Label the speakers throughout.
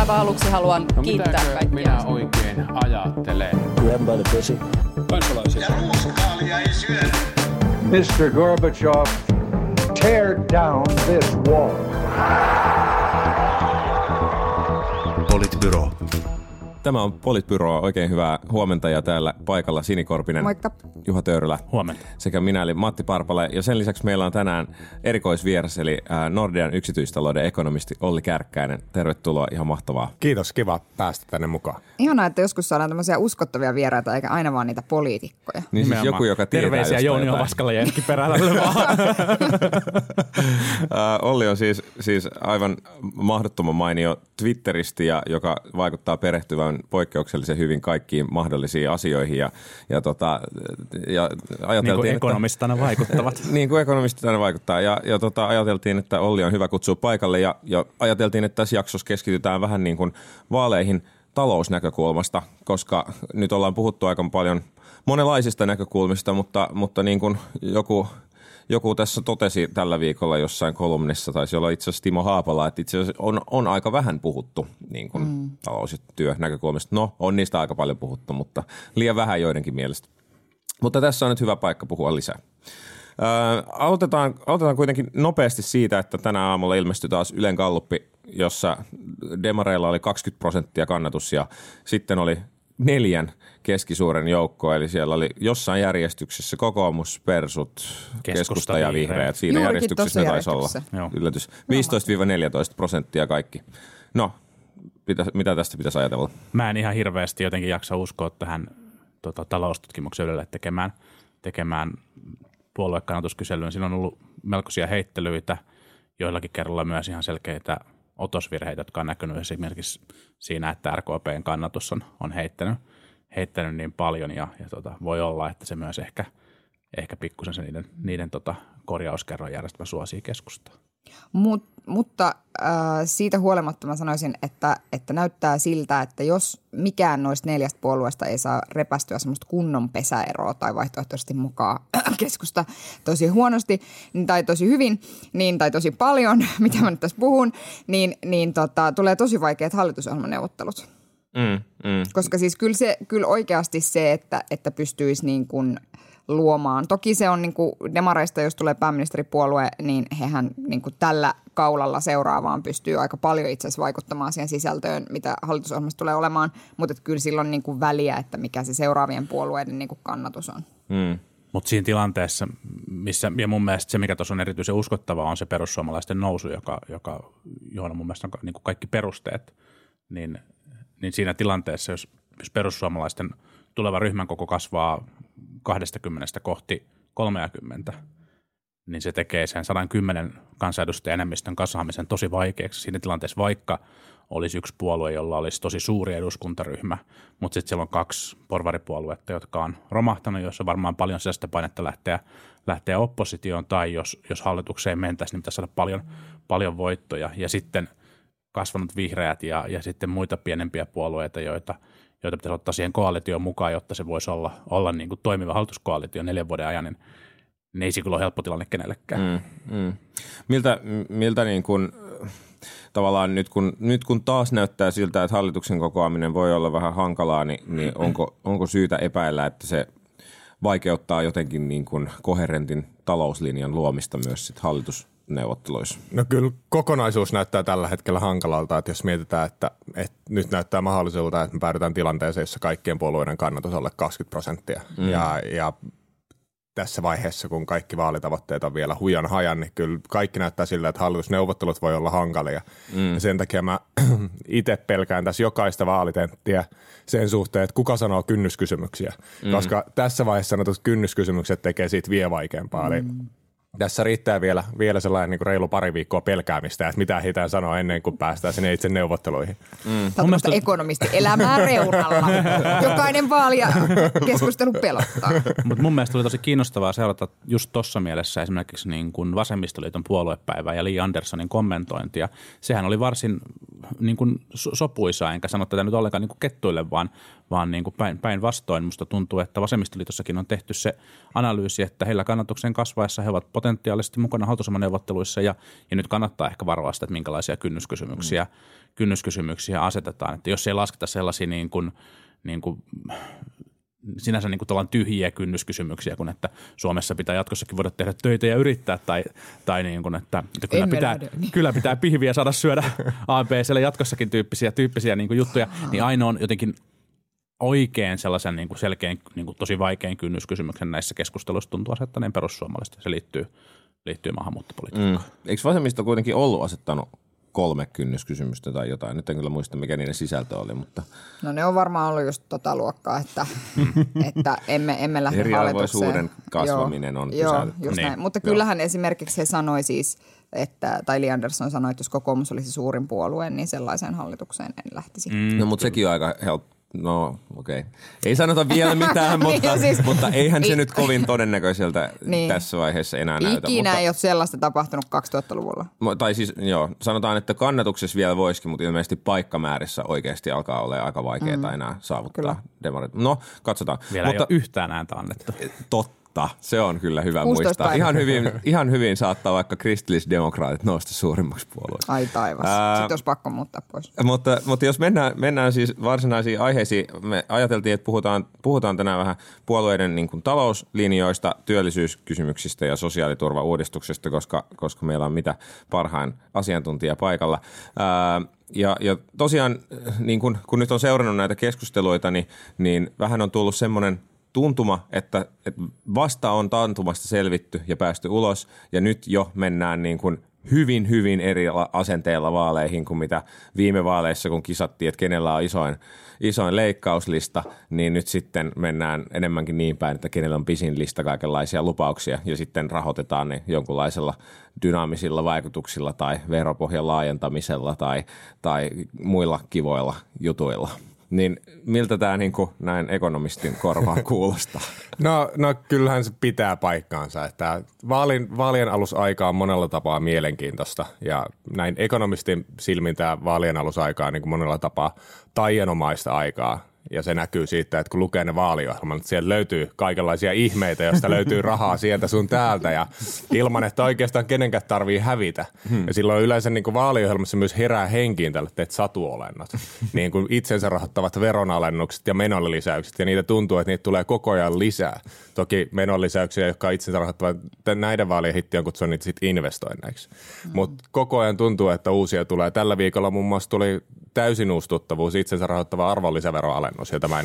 Speaker 1: aivan aluksi haluan kiittää kaikkia.
Speaker 2: Minä oikein ajattelen?
Speaker 3: Grab by the pussy.
Speaker 2: Kansalaisia.
Speaker 4: Ja ruuskaalia ei syödä.
Speaker 5: Mr. Gorbachev, tear down this wall.
Speaker 6: Politbyro.
Speaker 7: Tämä on Politbyro. Oikein hyvää huomenta ja täällä paikalla Sini Korpinen,
Speaker 1: Moikka.
Speaker 7: Juha Töyrylä
Speaker 8: Huomenta.
Speaker 7: sekä minä eli Matti Parpale. Ja sen lisäksi meillä on tänään erikoisvieras eli Nordean yksityistalouden ekonomisti Olli Kärkkäinen. Tervetuloa, ihan mahtavaa.
Speaker 6: Kiitos, kiva päästä tänne mukaan.
Speaker 1: Ihanaa, että joskus saadaan tämmöisiä uskottavia vieraita eikä aina vaan niitä poliitikkoja.
Speaker 7: Niin siis joku, joka tietää
Speaker 8: terveisiä Jouni Ovaskalle ja Erkki Perälälle vaan.
Speaker 7: Olli on siis aivan mahdottoman mainio Twitteristi, joka vaikuttaa perehtyvän poikkeuksellisen hyvin kaikkiin mahdollisiin asioihin. Ja ajateltiin,
Speaker 8: niin kuin ekonomistit aina vaikuttavat.
Speaker 7: Niin kuin ekonomistit aina vaikuttaa. Ja ajateltiin, että Olli on hyvä kutsua paikalle ja ajateltiin, että tässä jaksossa keskitytään vähän niin kuin vaaleihin talousnäkökulmasta, koska nyt ollaan puhuttu aika paljon monenlaisista näkökulmista, mutta niin kuin joku tässä totesi tällä viikolla jossain kolumnissa, taisi olla itse asiassa Timo Haapala, että itse asiassa on aika vähän puhuttu niin kuin talous- ja työnäkökulmasta. No, on niistä aika paljon puhuttu, mutta liian vähän joidenkin mielestä. Mutta tässä on nyt hyvä paikka puhua lisää. Aloitetaan kuitenkin nopeasti siitä, että tänä aamulla ilmestyi taas Ylen galluppi, jossa demareilla oli 20% kannatus ja sitten oli 4 keskisuuren joukkoa, eli siellä oli jossain järjestyksessä kokoomus, persut, keskusta ja vihreät. Siinä
Speaker 1: juurikin
Speaker 7: järjestyksessä ne taisi olla. Yllätys. 15-14% kaikki. No, mitä tästä pitäisi ajatella?
Speaker 8: Mä en ihan hirveästi jotenkin jaksa uskoa tähän taloustutkimuksen Ylelle tekemään puoluekannatuskyselyyn. Siinä on ollut melkoisia heittelyitä, joillakin kerralla myös ihan selkeitä otosvirheitä, jotka on näkynyt esimerkiksi siinä, että RKP:n kannatus on heittänyt niin paljon ja voi olla, että se myös ehkä pikkusen se niiden korjauskerron järjestelmä suosii keskustaa.
Speaker 1: Mutta siitä huolimatta mä sanoisin, että näyttää siltä, että jos mikään noista 4 puolueesta ei saa repästyä semmoista kunnon pesäeroa tai vaihtoehtoisesti mukaan keskusta tosi huonosti tai tosi hyvin tai tosi paljon, mitä mä nyt tässä puhun, niin tulee tosi vaikeat hallitusohjelmaneuvottelut. Koska siis kyllä oikeasti se, että pystyisi niin kuin luomaan. Toki se on niin kuin demareista, jos tulee pääministeripuolue, niin hehän niin kuin tällä kaulalla seuraavaan pystyy aika paljon itse asiassa vaikuttamaan siihen sisältöön, mitä hallitusohjelmassa tulee olemaan, mutta kyllä silloin niin kuin väliä, että mikä se seuraavien puolueiden niin kuin kannatus on.
Speaker 8: Mutta siinä tilanteessa, ja mun mielestä se, mikä tuossa on erityisen uskottavaa, on se perussuomalaisten nousu, johon on mun mielestä on niin kuin kaikki perusteet, niin siinä tilanteessa, jos perussuomalaisten tuleva ryhmän koko kasvaa 20 kohti 30, niin se tekee sen 110 kansanedustajan enemmistön kasaamisen tosi vaikeaksi siinä tilanteessa, vaikka olisi yksi puolue, jolla olisi tosi suuri eduskuntaryhmä, mutta sitten siellä on 2 porvaripuoluetta, jotka on romahtanut, joissa on varmaan paljon sisäistä painetta lähteä oppositioon, tai jos hallitukseen mentäisiin, niin pitäisi saada paljon voittoja, ja sitten kasvanut vihreät ja sitten muita pienempiä puolueita, joita pitäisi ottaa siihen koalitioon mukaan, jotta se voisi olla niin kuin toimiva hallituskoalitio 4 vuoden ajan, niin ei se kyllä ole helppo tilanne kenellekään.
Speaker 7: Miltä niin kuin, tavallaan nyt kun taas näyttää siltä, että hallituksen kokoaminen voi olla vähän hankalaa, niin onko syytä epäillä, että se vaikeuttaa jotenkin niin kuin koherentin talouslinjan luomista myös sit hallitusneuvotteluissa?
Speaker 6: No kyllä kokonaisuus näyttää tällä hetkellä hankalalta, että jos mietitään, että nyt näyttää mahdolliselta, että me päädytään tilanteeseen, jossa kaikkien puolueiden kannatus alle 20%. Ja tässä vaiheessa, kun kaikki vaalitavoitteet on vielä hujan hajan, niin kyllä kaikki näyttää siltä, että hallitusneuvottelut voi olla hankalia. Ja sen takia mä itse pelkään tässä jokaista vaalitenttiä sen suhteen, että kuka sanoo kynnyskysymyksiä. Koska tässä vaiheessa sanotut kynnyskysymykset tekee siitä vielä vaikeampaa. Eli tässä riittää vielä sellainen niin kuin reilu pari viikkoa pelkäämistä, että mitä heitä sanoo ennen kuin päästään sinne itse neuvotteluihin.
Speaker 1: Tällaista ekonomisti elämää reunalla. Jokainen vaali ja keskustelu pelottaa.
Speaker 8: Mutta mun mielestä oli tosi kiinnostavaa seurata just tuossa mielessä esimerkiksi niin kuin Vasemmistoliiton puoluepäivää ja Li Anderssonin kommentointia. Sehän oli niin kuin sopuisaa, enkä sano tätä nyt ollenkaan niin kuin kettuille, vaan niin kuin päinvastoin. Musta tuntuu, että vasemmistoliitossakin on tehty se analyysi, että heillä kannatuksen kasvaessa he ovat potentiaalisesti mukana hallitusohjelmaneuvotteluissa ja nyt kannattaa ehkä varoa sitä, että minkälaisia kynnyskysymyksiä asetetaan. Että jos ei lasketa sellaisia niin kuin sinänsä niin kuin tyhjiä kynnyskysymyksiä, kun että Suomessa pitää jatkossakin voida tehdä töitä ja yrittää, tai niin kuin, että kyllä pitää pihviä saada syödä ABClle jatkossakin tyyppisiä niin kuin juttuja, niin ainoa on jotenkin oikein sellaisen niin kuin selkeän, niin kuin tosi vaikean kynnyskysymyksen näissä keskusteluissa tuntuu asettaneen perussuomalaista. Se liittyy maahanmuuttopolitiikkaan.
Speaker 7: Eikö vasemmisto kuitenkin ollut asettanut 3 kynnyskysymystä tai jotain? Nyt en kyllä muista, mikä niiden sisältö oli, mutta...
Speaker 1: No ne on varmaan ollut just tota luokkaa, että emme lähde
Speaker 7: eriarvoisuuden kasvaminen on pysäytetty.
Speaker 1: Just näin. Mutta kyllähän esimerkiksi he sanoi siis, tai Li Andersson sanoi, että jos kokoomus olisi suurin puolue, niin sellaiseen hallitukseen en lähtisi.
Speaker 7: No mutta sekin on aika helppo. No okei. Ei sanota vielä mitään, mutta eihän se nyt kovin todennäköiseltä tässä vaiheessa enää näytä.
Speaker 1: Ikinä ei ole sellaista tapahtunut 2000-luvulla.
Speaker 7: Tai siis joo, sanotaan, että kannatuksessa vielä voisikin, mutta ilmeisesti paikkamäärissä oikeasti alkaa olla aika vaikeaa enää saavuttaa demarit. No, katsotaan.
Speaker 8: Vielä ei ole yhtään ääntä annettu.
Speaker 7: Totta. Se on kyllä hyvä muistaa. Ihan hyvin saattaa vaikka kristillisdemokraatit nousta suurimmaksi puolueeksi.
Speaker 1: Ai taivas. Sitten olisi pakko muuttaa pois.
Speaker 7: Mutta jos mennään siis varsinaisiin aiheisiin, me ajateltiin, että puhutaan tänään vähän puolueiden niin kuin talouslinjoista, työllisyyskysymyksistä ja sosiaaliturvauudistuksesta, koska meillä on mitä parhain asiantuntija paikalla. Ja tosiaan, niin kun nyt on seurannut näitä keskusteluita, niin vähän on tullut semmoinen tuntuma, että vasta on taantumasta selvitty ja päästy ulos ja nyt jo mennään niin kuin hyvin eri asenteella vaaleihin kuin mitä viime vaaleissa, kun kisattiin, että kenellä on isoin leikkauslista, niin nyt sitten mennään enemmänkin niin päin, että kenellä on pisin lista kaikenlaisia lupauksia ja sitten rahoitetaan ne jonkunlaisella dynaamisilla vaikutuksilla tai veropohjan laajentamisella tai muilla kivoilla jutuilla. Niin miltä tämä niin kuin näin ekonomistin korvaan kuulostaa?
Speaker 6: No kyllähän se pitää paikkaansa, että vaalien alusaika on monella tapaa mielenkiintoista ja näin ekonomistin silmin tämä vaalien alusaika on niin kuin monella tapaa taianomaista aikaa. Ja se näkyy siitä, että kun lukee ne vaaliohjelmat, että siellä löytyy kaikenlaisia ihmeitä, joista löytyy rahaa sieltä sun täältä ja ilman, että oikeastaan kenenkään tarvii hävitä. Ja silloin yleensä niin kuin vaaliohjelmassa myös herää henkiin tällaiset satuolennot, niin kuin itsensä rahoittavat veronalennukset ja menonlisäykset ja niitä tuntuu, että niitä tulee koko ajan lisää. Toki menonlisäyksiä, jotka itsensä rahoittavat, näiden vaalien hitti on kutsua niitä sitten investoinneiksi. Mutta koko ajan tuntuu, että uusia tulee. Tällä viikolla muun muassa tuli täysin uusi tuttavuus, itsensä rahoittava arvonlisäveroalennus. Ja tämä,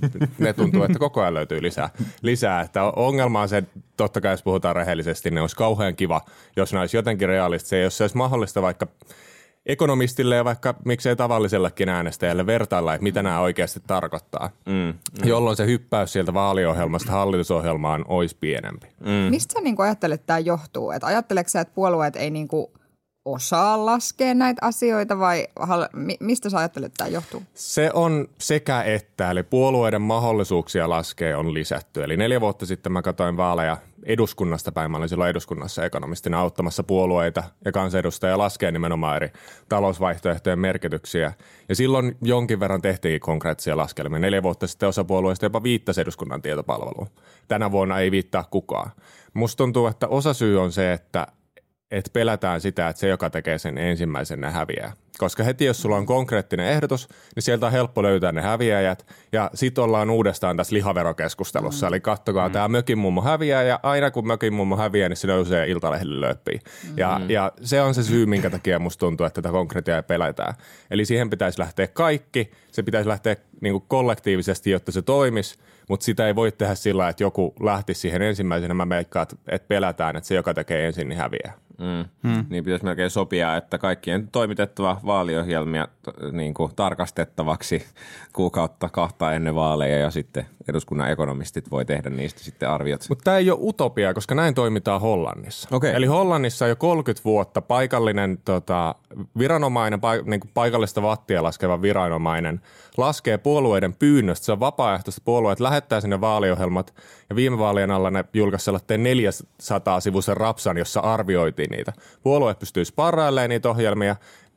Speaker 6: ne tuntuu, että koko ajan löytyy lisää. Että ongelma on se, totta kai jos puhutaan rehellisesti, niin olisi kauhean kiva, jos ne olisi jotenkin realistisia. Jos se olisi mahdollista vaikka ekonomistille ja vaikka miksei tavallisellekin äänestäjälle vertailla, että mitä nämä oikeasti tarkoittaa. Jolloin se hyppäys sieltä vaaliohjelmasta hallitusohjelmaan olisi pienempi.
Speaker 1: Mistä sä niin ajattelet, että tämä johtuu? Että ajatteleksä sä, että puolueet ei niin osaa laskea näitä asioita vai mistä sä ajattelet, että tämä johtuu?
Speaker 6: Se on sekä että, eli puolueiden mahdollisuuksia laskea on lisätty. Eli 4 vuotta sitten mä katsoin vaaleja eduskunnasta päin. Mä olin silloin eduskunnassa ekonomistina auttamassa puolueita ja kansanedustajia laskea nimenomaan eri talousvaihtoehtojen merkityksiä. Ja silloin jonkin verran tehtiin konkreettisia laskelmia. 4 vuotta sitten osa puolueista jopa viittasi eduskunnan tietopalveluun. Tänä vuonna ei viittaa kukaan. Musta tuntuu, että osasyy on se, että pelätään sitä, että se, joka tekee sen ensimmäisen, ne häviää. Koska heti, jos sulla on konkreettinen ehdotus, niin sieltä on helppo löytää ne häviäjät. Ja sit ollaan uudestaan tässä lihaverokeskustelussa. Eli kattokaa, tämä mökin mummo häviää, ja aina kun mökin mummo häviää, niin se nousee Iltalehdelle lööppiin. Ja se on se syy, minkä takia musta tuntuu, että tätä konkretiaa pelätään. Eli siihen pitäisi lähteä kaikki. Se pitäisi lähteä niin kuin kollektiivisesti, jotta se toimisi. Mutta sitä ei voi tehdä sillä, että joku lähtisi siihen ensimmäisenä. Mä meikkaan, että pelätään, että se, joka tekee ensin, niin häviää.
Speaker 7: Niin pitäisi melkein sopia, että kaikkien toimitettava vaaliohjelmia niin kuin tarkastettavaksi kuukautta 2 ennen vaaleja ja sitten eduskunnan ekonomistit voi tehdä niistä sitten arviot.
Speaker 6: Mutta tämä ei ole utopia, koska näin toimitaan Hollannissa.
Speaker 7: Okay.
Speaker 6: Eli Hollannissa jo 30 vuotta paikallinen viranomainen, niin kuin paikallista vattia laskeva viranomainen laskee puolueiden pyynnöstä. Se on vapaaehtoista, puolueet lähettää sinne vaaliohjelmat ja viime vaalien alla ne julkaisi sellainen 400-sivuisen rapsan, jossa arvioitiin niitä. Puolueet pystyy sparrailemaan niitä ohjelmia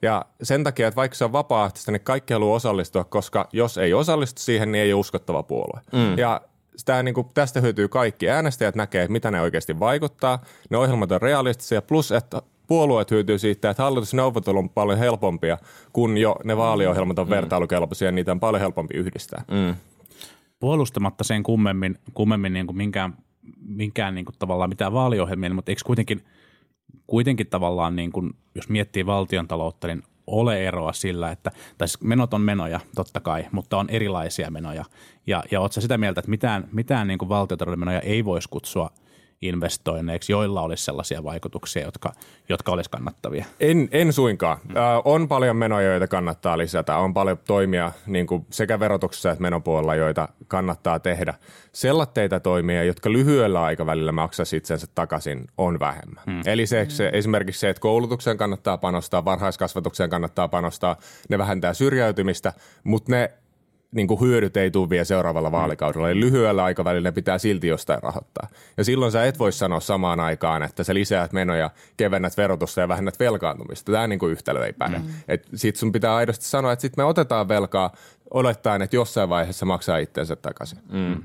Speaker 6: Ja sen takia, että vaikka se on vapaaehtoista, niin kaikki haluaa osallistua, koska jos ei osallistu siihen, niin ei ole uskottava puolue. Ja tästä hyötyy kaikki. Äänestäjät näkee, että mitä ne oikeasti vaikuttaa. Ne ohjelmat on realistisia, plus että puolueet hyötyy siitä, että hallitusneuvottelut on paljon helpompia, kun jo ne vaaliohjelmat on vertailukelpoisia, ja niitä on paljon helpompi yhdistää.
Speaker 8: Puolustamatta sen kummemmin niin kuin minkään niin kuin tavallaan mitään vaaliohjelmia, mutta eikö kuitenkin tavallaan, niin kuin, jos miettii valtiontaloutta, niin ole eroa sillä, että menot on menoja totta kai, mutta on erilaisia menoja. Ja ootko sä sitä mieltä, että mitään niin kuin valtiontalouden menoja ei voisi kutsua investoinneiksi, joilla olisi sellaisia vaikutuksia, jotka olisi kannattavia?
Speaker 6: En suinkaan. On paljon menoja, joita kannattaa lisätä. On paljon toimia niin kuin sekä verotuksessa että menopuolella, joita kannattaa tehdä. Sellatteita toimia, jotka lyhyellä aikavälillä maksaisi itsensä takaisin, on vähemmän. Eli esimerkiksi se, että koulutukseen kannattaa panostaa, varhaiskasvatukseen kannattaa panostaa, ne vähentää syrjäytymistä, mutta ne niin kuin hyödyt ei tule vielä seuraavalla vaalikaudella. Eli lyhyellä aikavälillä ne pitää silti jostain rahoittaa. Ja silloin sä et voi sanoa samaan aikaan, että sä lisäät menoja, kevennät verotusta ja vähennät velkaantumista. Tämä niin kuin yhtälö ei päde. Sitten sun pitää aidosti sanoa, että sitten me otetaan velkaa olettaen, että jossain vaiheessa maksaa itsensä takaisin.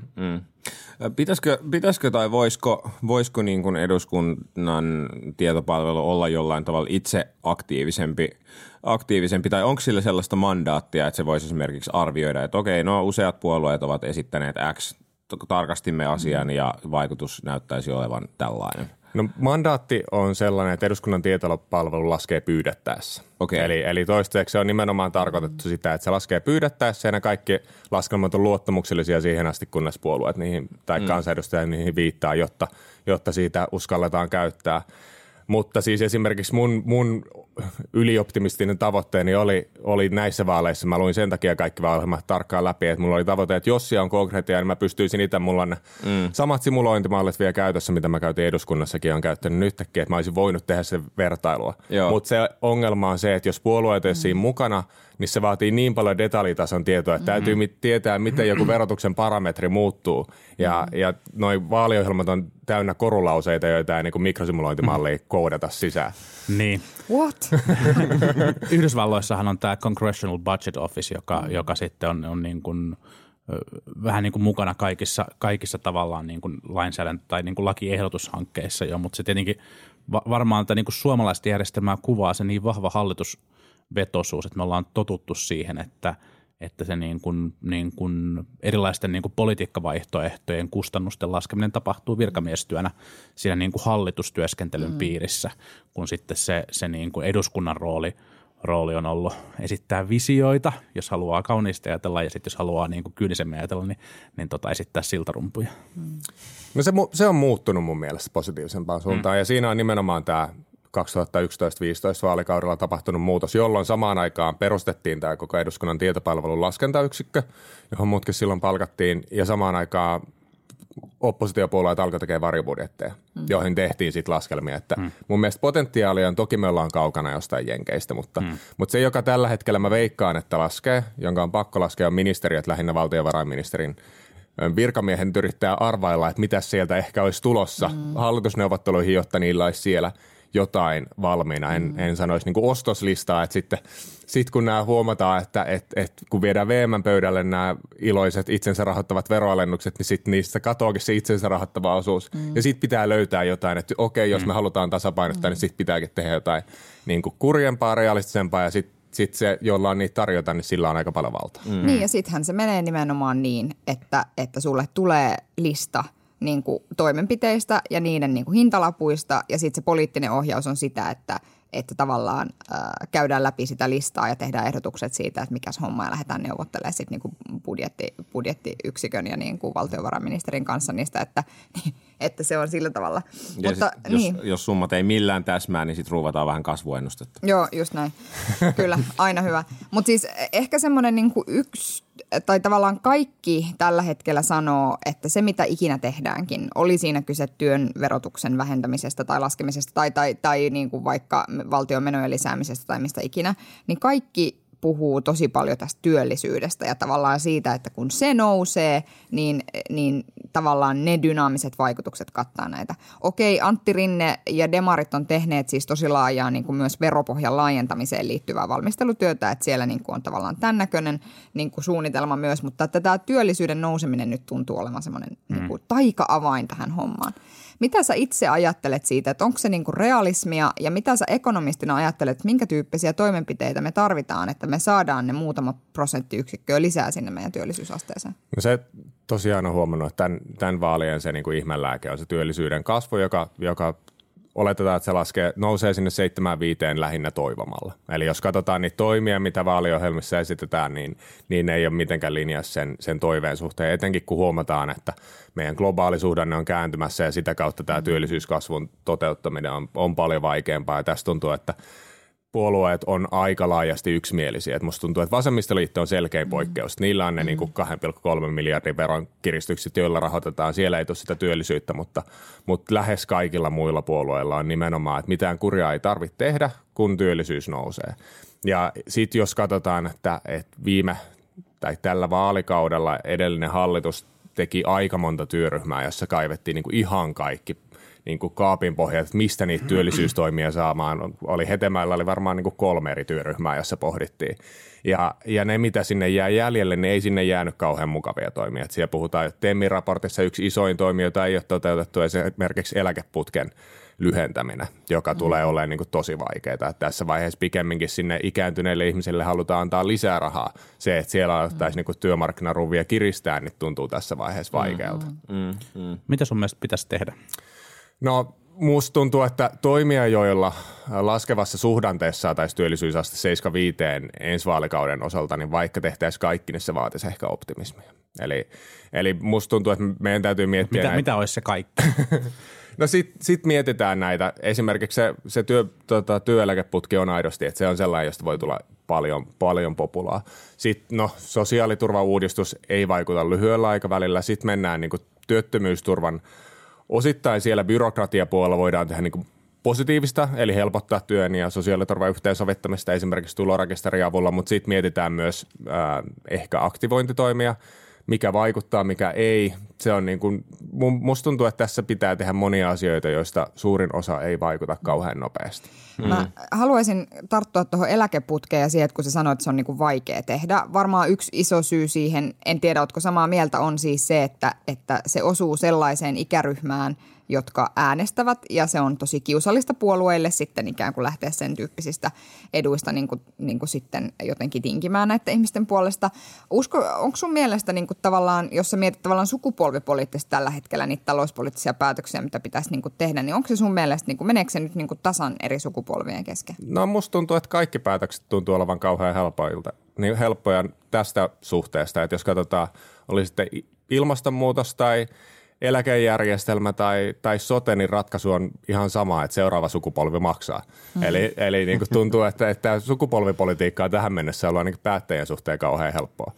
Speaker 7: Pitäisikö tai voisiko niin kuin eduskunnan tietopalvelu olla jollain tavalla itse aktiivisempi, tai onko sillä sellaista mandaattia, että se voisi esimerkiksi arvioida, että okei, no useat puolueet ovat esittäneet X, tarkastimme asian ja vaikutus näyttäisi olevan tällainen?
Speaker 6: No mandaatti on sellainen, että eduskunnan tietopalvelu laskee pyydettäessä.
Speaker 7: Okay.
Speaker 6: Eli toistaiseksi se on nimenomaan tarkoitettu sitä, että se laskee pyydettäessä ja ne kaikki laskelmat on luottamuksellisia siihen asti, kunnes puolueet niihin tai kansanedustajat niihin viittaa, jotta siitä uskalletaan käyttää. Mutta siis esimerkiksi mun ylioptimistinen tavoitteeni oli näissä vaaleissa. Mä luin sen takia kaikki vaaliohjelmat tarkkaan läpi, että mulla oli tavoite, että jos siellä on konkreettia, niin mä pystyisin itse, mulla on samat simulointimallit vielä käytössä, mitä mä käytin eduskunnassakin, on käyttänyt nytkin, että mä olisin voinut tehdä sen vertailua. Mutta se ongelma on se, että jos puolueet ei siinä mukana, niin se vaatii niin paljon detaljitason tietoa, että täytyy tietää, miten joku verotuksen parametri muuttuu. Ja noi vaaliohjelmat on täynnä korulauseita, joita ei niin mikrosimulointimallia koodata sisään.
Speaker 8: Niin.
Speaker 1: What?
Speaker 8: Yhdysvalloissahan on tämä Congressional Budget Office, joka sitten on niin kuin, vähän niin kuin mukana kaikissa tavallaan niin kuin lainsäädäntö- tai niin kuin lakiehdotushankkeissa jo, mutta se tietenkin varmaan tämä niin kuin suomalaista järjestelmää kuvaa se niin vahva hallitusvetoisuus, että me ollaan totuttu siihen, että se niin kuin erilaisten niin kuin politiikkavaihtoehtojen kustannusten laskeminen tapahtuu virkamiestyönä siinä niin kuin hallitustyöskentelyn piirissä, kun sitten se niin kuin eduskunnan rooli on ollut esittää visioita, jos haluaa kauniisti ajatella, ja sitten jos haluaa niin kuin kyynisemmin ajatella, niin esittää siltarumpuja.
Speaker 6: No se on muuttunut mun mielestä positiivisempaan suuntaan, ja siinä on nimenomaan tämä 2011-2015 vaalikaudella tapahtunut muutos, jolloin samaan aikaan perustettiin tämä koko eduskunnan tietopalvelun laskentayksikkö, johon muutkin silloin palkattiin, ja samaan aikaan oppositiopuolueet alkoi tekemään varjobudjetteja, joihin tehtiin sitten laskelmia. Että mun mielestä potentiaalia on, toki me ollaan kaukana jostain jenkeistä, mutta se, joka tällä hetkellä mä veikkaan, että laskee, jonka on pakko laskea, on ministeriöt, lähinnä valtiovarainministerin virkamiehen yrittää arvailla, että mitä sieltä ehkä olisi tulossa hallitusneuvotteluihin, jotta niillä olisi siellä jotain valmiina. En sanoisi niin kuin ostoslistaa, että sitten kun nämä huomataan, että kun viedään VM-pöydälle nämä iloiset itsensä rahoittavat veroalennukset, niin sitten niistä katoakin se itsensä rahoittava osuus. Ja sitten pitää löytää jotain, että okei, jos me halutaan tasapainottaa, niin sitten pitääkin tehdä jotain niin kuin kurjempaa, realistisempaa ja sitten se, jolla on niitä tarjota, niin sillä on aika paljon valtaa.
Speaker 1: Niin ja sittenhän se menee nimenomaan niin, että sulle tulee lista niin kuin toimenpiteistä ja niiden niin kuin hintalapuista ja sitten se poliittinen ohjaus on sitä, että tavallaan käydään läpi sitä listaa ja tehdään ehdotukset siitä, että mikäs homma ja lähdetään neuvottelemaan sitten niin kuin budjettiyksikön ja niin kuin valtiovarainministerin kanssa niistä, että se on sillä tavalla.
Speaker 7: Ja
Speaker 1: mutta,
Speaker 7: jos summat ei millään täsmää, niin sitten ruuvataan vähän kasvuennustetta.
Speaker 1: Joo, just näin. Kyllä, aina hyvä. Mutta siis ehkä semmoinen niin kuin tai tavallaan kaikki tällä hetkellä sanoo, että se mitä ikinä tehdäänkin, oli siinä kyse työn verotuksen vähentämisestä tai laskemisesta tai niin kuin vaikka valtion menojen lisäämisestä tai mistä ikinä, niin kaikki puhuu tosi paljon tästä työllisyydestä ja tavallaan siitä, että kun se nousee, niin tavallaan ne dynaamiset vaikutukset kattaa näitä. Okei, Antti Rinne ja demarit on tehneet siis tosi laajaa niin kuin myös veropohjan laajentamiseen liittyvää valmistelutyötä, että siellä niin kuin on tavallaan tämän näköinen niin kuin suunnitelma myös, mutta että tämä työllisyyden nouseminen nyt tuntuu olevan semmoinen niin kuin taika-avain tähän hommaan. Mitä sä itse ajattelet siitä, että onko se niinku realismia ja mitä sä ekonomistina ajattelet, että minkä tyyppisiä toimenpiteitä me tarvitaan, että me saadaan ne muutama prosenttiyksikköä lisää sinne meidän työllisyysasteeseen? No
Speaker 6: se tosiaan on huomannut, että tämän vaalien se niinku ihmelääke on se työllisyyden kasvu, joka oletetaan, että se nousee sinne 7-5 lähinnä toivomalla. Eli jos katsotaan niitä toimia, mitä vaaliohjelmissa esitetään, niin ne ei ole mitenkään linjassa sen toiveen suhteen. Etenkin kun huomataan, että meidän globaali suhdanne on kääntymässä ja sitä kautta tämä työllisyyskasvun toteuttaminen on paljon vaikeampaa. Ja tässä tuntuu, että puolueet on aika laajasti yksimielisiä. Et musta tuntuu, että vasemmistoliitto on selkeä poikkeus. Niillä on ne niin kuin 2,3 miljardin veron kiristykset, joilla rahoitetaan. Siellä ei tule sitä työllisyyttä, mutta lähes kaikilla muilla puolueilla on nimenomaan, että mitään kuria ei tarvitse tehdä, kun työllisyys nousee. Ja sitten jos katsotaan, että tällä vaalikaudella edellinen hallitus teki aika monta työryhmää, jossa kaivettiin niin kuin ihan kaikki niin kuin kaapin pohjat, että mistä niitä työllisyystoimia saamaan. Hetemäellä oli varmaan niin kuin 3 eri työryhmää, jossa pohdittiin. Ja ne, mitä sinne jää jäljelle, niin ei sinne jäänyt kauhean mukavia toimia. Et siellä puhutaan, että TEMin raportissa yksi isoin toimi, jota ei ole toteutettu, esimerkiksi eläkeputken lyhentäminen, joka tulee olemaan niin kuin tosi vaikeaa. Että tässä vaiheessa pikemminkin sinne ikääntyneille ihmisille halutaan antaa lisää rahaa. Se, että siellä alettaisiin niin työmarkkinaruvia kiristää, niin tuntuu tässä vaiheessa vaikealta.
Speaker 8: Mitä sun mielestä pitäisi tehdä?
Speaker 6: No musta tuntuu, että toimia, joilla laskevassa suhdanteessa saataisiin työllisyysaste 7-5 ensi vaalikauden osalta, niin vaikka tehtäisiin kaikki, niin se vaatisi ehkä optimismia. Eli musta tuntuu, että meidän täytyy miettiä
Speaker 8: mitä olisi se kaikki?
Speaker 6: No sit mietitään näitä. Esimerkiksi se työeläkeputki on aidosti, että se on sellainen, josta voi tulla paljon populaa. Sitten sosiaaliturvauudistus ei vaikuta lyhyellä aikavälillä. Sitten mennään niin kuin työttömyysturvan osittain siellä byrokratiapuolella voidaan tehdä niin kuin positiivista, eli helpottaa työn ja sosiaaliturvan yhteensovittamista esimerkiksi tulorekisterin avulla, mutta sitten mietitään myös ehkä aktivointitoimia, mikä vaikuttaa, mikä ei. Se on niin kuin, musta tuntuu, että tässä pitää tehdä monia asioita, joista suurin osa ei vaikuta kauhean nopeasti.
Speaker 1: Mä haluaisin tarttua tuohon eläkeputkeen ja siihen, että kun sä sanoit, että se on niin kuin vaikea tehdä. Varmaan yksi iso syy siihen, en tiedä, ootko samaa mieltä, on siis se, että se osuu sellaiseen ikäryhmään, jotka äänestävät ja se on tosi kiusallista puolueille sitten ikään kuin lähteä sen tyyppisistä eduista niin kuin sitten jotenkin tinkimään näiden ihmisten puolesta. Onko sun mielestä niin kuin tavallaan, jos sä mietit tavallaan sukupolvipoliittisesti tällä hetkellä niitä talouspoliittisia päätöksiä, mitä pitäisi niin kuin tehdä, niin onko se sun mielestä, niin kuin, meneekö se nyt niin kuin tasan eri sukupolvien kesken?
Speaker 6: No musta tuntuu, että kaikki päätökset tuntuu olevan kauhean helppoja tästä suhteesta, että jos katsotaan, oli sitten ilmastonmuutos tai eläkejärjestelmä tai sote, niin ratkaisu on ihan sama, että seuraava sukupolvi maksaa. Eli niin kuin tuntuu, että sukupolvipolitiikkaa tähän mennessä on ainakin päättäjien suhteen kauhean helppoa.